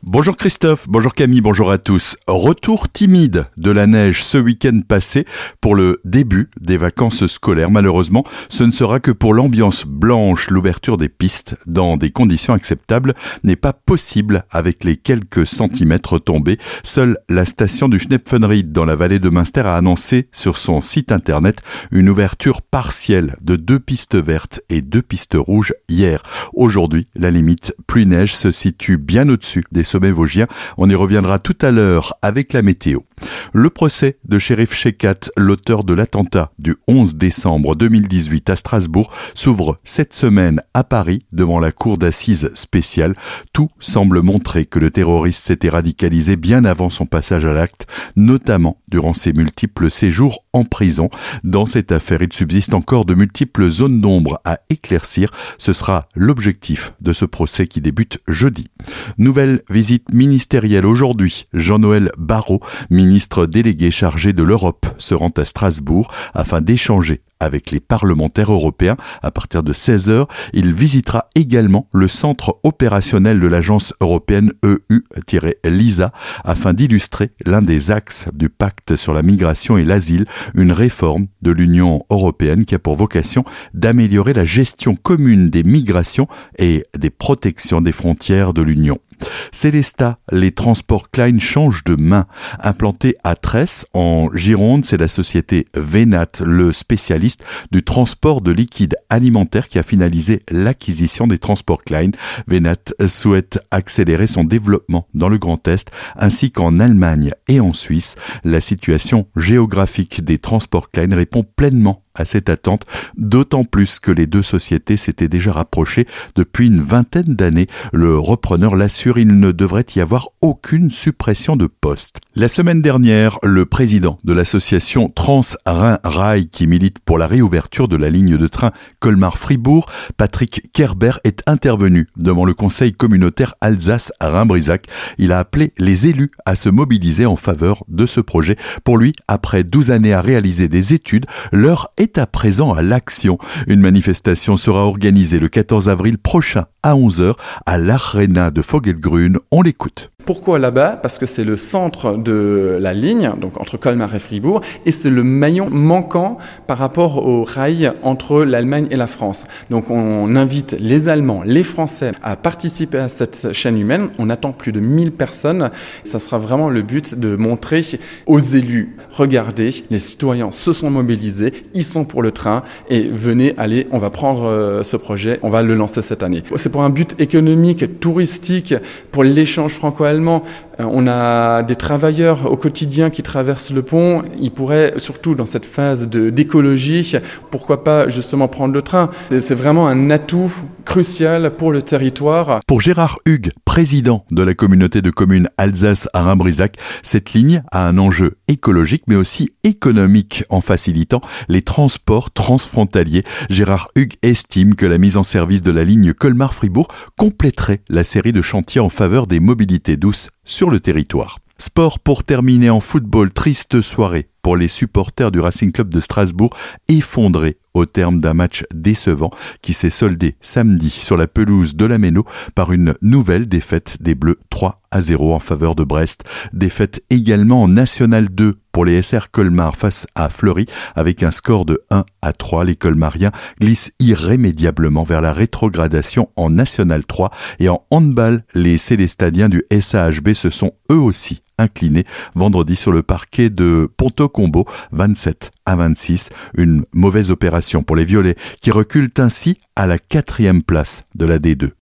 Bonjour Christophe, bonjour Camille, bonjour à tous. Retour timide de la neige ce week-end passé pour le début des vacances scolaires. Malheureusement, ce ne sera que pour l'ambiance blanche. L'ouverture des pistes dans des conditions acceptables n'est pas possible avec les quelques centimètres tombés. Seule la station du Schnepfenried dans la vallée de Münster a annoncé sur son site internet une ouverture partielle de 2 pistes vertes et 2 pistes rouges hier. Aujourd'hui, la limite pluie-neige se situe bien au-dessus des sommets vosgiens. On y reviendra tout à l'heure avec la météo. Le procès de Cherif Chekatt, l'auteur de l'attentat du 11 décembre 2018 à Strasbourg, s'ouvre cette semaine à Paris devant la cour d'assises spéciale. Tout semble montrer que le terroriste s'était radicalisé bien avant son passage à l'acte, notamment durant ses multiples séjours en prison. Dans cette affaire, il subsiste encore de multiples zones d'ombre à éclaircir. Ce sera l'objectif de ce procès qui débute jeudi. Nouvelle visite ministérielle aujourd'hui. Jean-Noël Barrot, ministre délégué chargé de l'Europe, se rend à Strasbourg afin d'échanger avec les parlementaires européens. À partir de 16h, il visitera également le centre opérationnel de l'agence européenne EU-LISA afin d'illustrer l'un des axes du pacte sur la migration et l'asile, une réforme de l'Union européenne qui a pour vocation d'améliorer la gestion commune des migrations et des protections des frontières de l'Union. Célestat, les transports Klein changent de main. Implanté à Tresse, en Gironde, c'est la société Venat, le spécialiste du transport de liquides alimentaires, qui a finalisé l'acquisition des transports Klein. Venat souhaite accélérer son développement dans le Grand Est, ainsi qu'en Allemagne et en Suisse. La situation géographique des transports Klein répond pleinement à cette attente, d'autant plus que les deux sociétés s'étaient déjà rapprochées depuis une vingtaine d'années. Le repreneur l'assure, il ne devrait y avoir aucune suppression de postes. La semaine dernière, le président de l'association Trans-Rhin-Rail qui milite pour la réouverture de la ligne de train Colmar-Fribourg, Patrick Kerber, est intervenu devant le conseil communautaire Alsace-Rhin-Brisac. Il a appelé les élus à se mobiliser en faveur de ce projet. Pour lui, après 12 années à réaliser des études, l'heure est à présent à l'action. Une manifestation sera organisée le 14 avril prochain à 11h à l'Arena de Vogelgrün. On l'écoute. Pourquoi là-bas ? Parce que c'est le centre de la ligne, donc entre Colmar et Fribourg, et c'est le maillon manquant par rapport au rail entre l'Allemagne et la France. Donc on invite les Allemands, les Français à participer à cette chaîne humaine. On attend plus de 1000 personnes. Ça sera vraiment le but de montrer aux élus, regardez, les citoyens se sont mobilisés, ils sont pour le train, et venez, allez, on va prendre ce projet, on va le lancer cette année. C'est pour un but économique, touristique, pour l'échange franco-allemand. On a des travailleurs au quotidien qui traversent le pont. Ils pourraient, surtout dans cette phase d'écologie, pourquoi pas justement prendre le train. C'est vraiment un atout crucial pour le territoire. Pour Gérard Hugues, président de la communauté de communes Alsace-Rhin-Brisac, cette ligne a un enjeu écologique mais aussi économique en facilitant les transports transfrontaliers. Gérard Hugues estime que la mise en service de la ligne Colmar-Fribourg compléterait la série de chantiers en faveur des mobilités douces sur le territoire. Sport pour terminer en football, triste soirée pour les supporters du Racing Club de Strasbourg, effondrés au terme d'un match décevant qui s'est soldé samedi sur la pelouse de la Méno par une nouvelle défaite des Bleus 3-0 en faveur de Brest. Défaite également en National 2 pour les SR Colmar face à Fleury avec un score de 1-3. Les Colmariens glissent irrémédiablement vers la rétrogradation en National 3 et en handball, les Célestadiens du SAHB se sont eux aussi inclinés vendredi sur le parquet de Ponto Combo 27-26. Une mauvaise opération pour les Violets qui reculent ainsi à la 4e place de la D2.